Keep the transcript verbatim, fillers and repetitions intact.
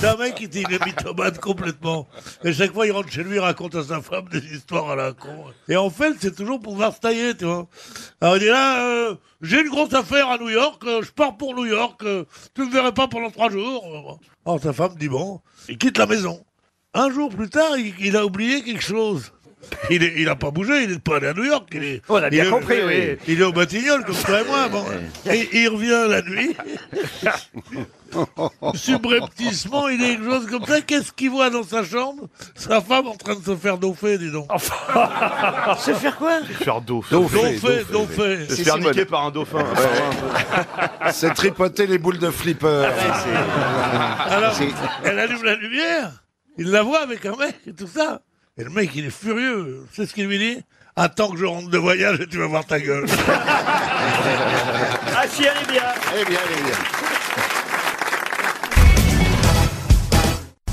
C'est un mec qui était une mythomane complètement. Et chaque fois, il rentre chez lui, il raconte à sa femme des histoires à la con. Et en fait, c'est toujours pour voir se tailler, tu vois. Alors il dit là, euh, j'ai une grosse affaire à New York, euh, je pars pour New York, euh, tu me verrais pas pendant trois jours. Alors sa femme dit bon, il quitte la maison. Un jour plus tard, il, il a oublié quelque chose. Il, est, il a pas bougé, il n'est pas allé à New York. Il est, On a bien il est, compris, oui. Il est au Batignolles, comme toi et moi. Bon. Et il revient la nuit. Subrepticement, il est quelque chose comme ça. Qu'est-ce qu'il voit dans sa chambre? Sa femme en train de se faire daupher, dis donc. Se faire quoi? Se faire daupher. Daupher, daupher. Se faire niquer par un dauphin. C'est tripoter les boules de flipper. Alors, elle allume la lumière. Il la voit avec un mec et tout ça. Et le mec, il est furieux. C'est ce qu'il lui dit? Attends que je rentre de voyage et tu vas voir ta gueule. Ah si, elle est bien. Eh bien, eh bien.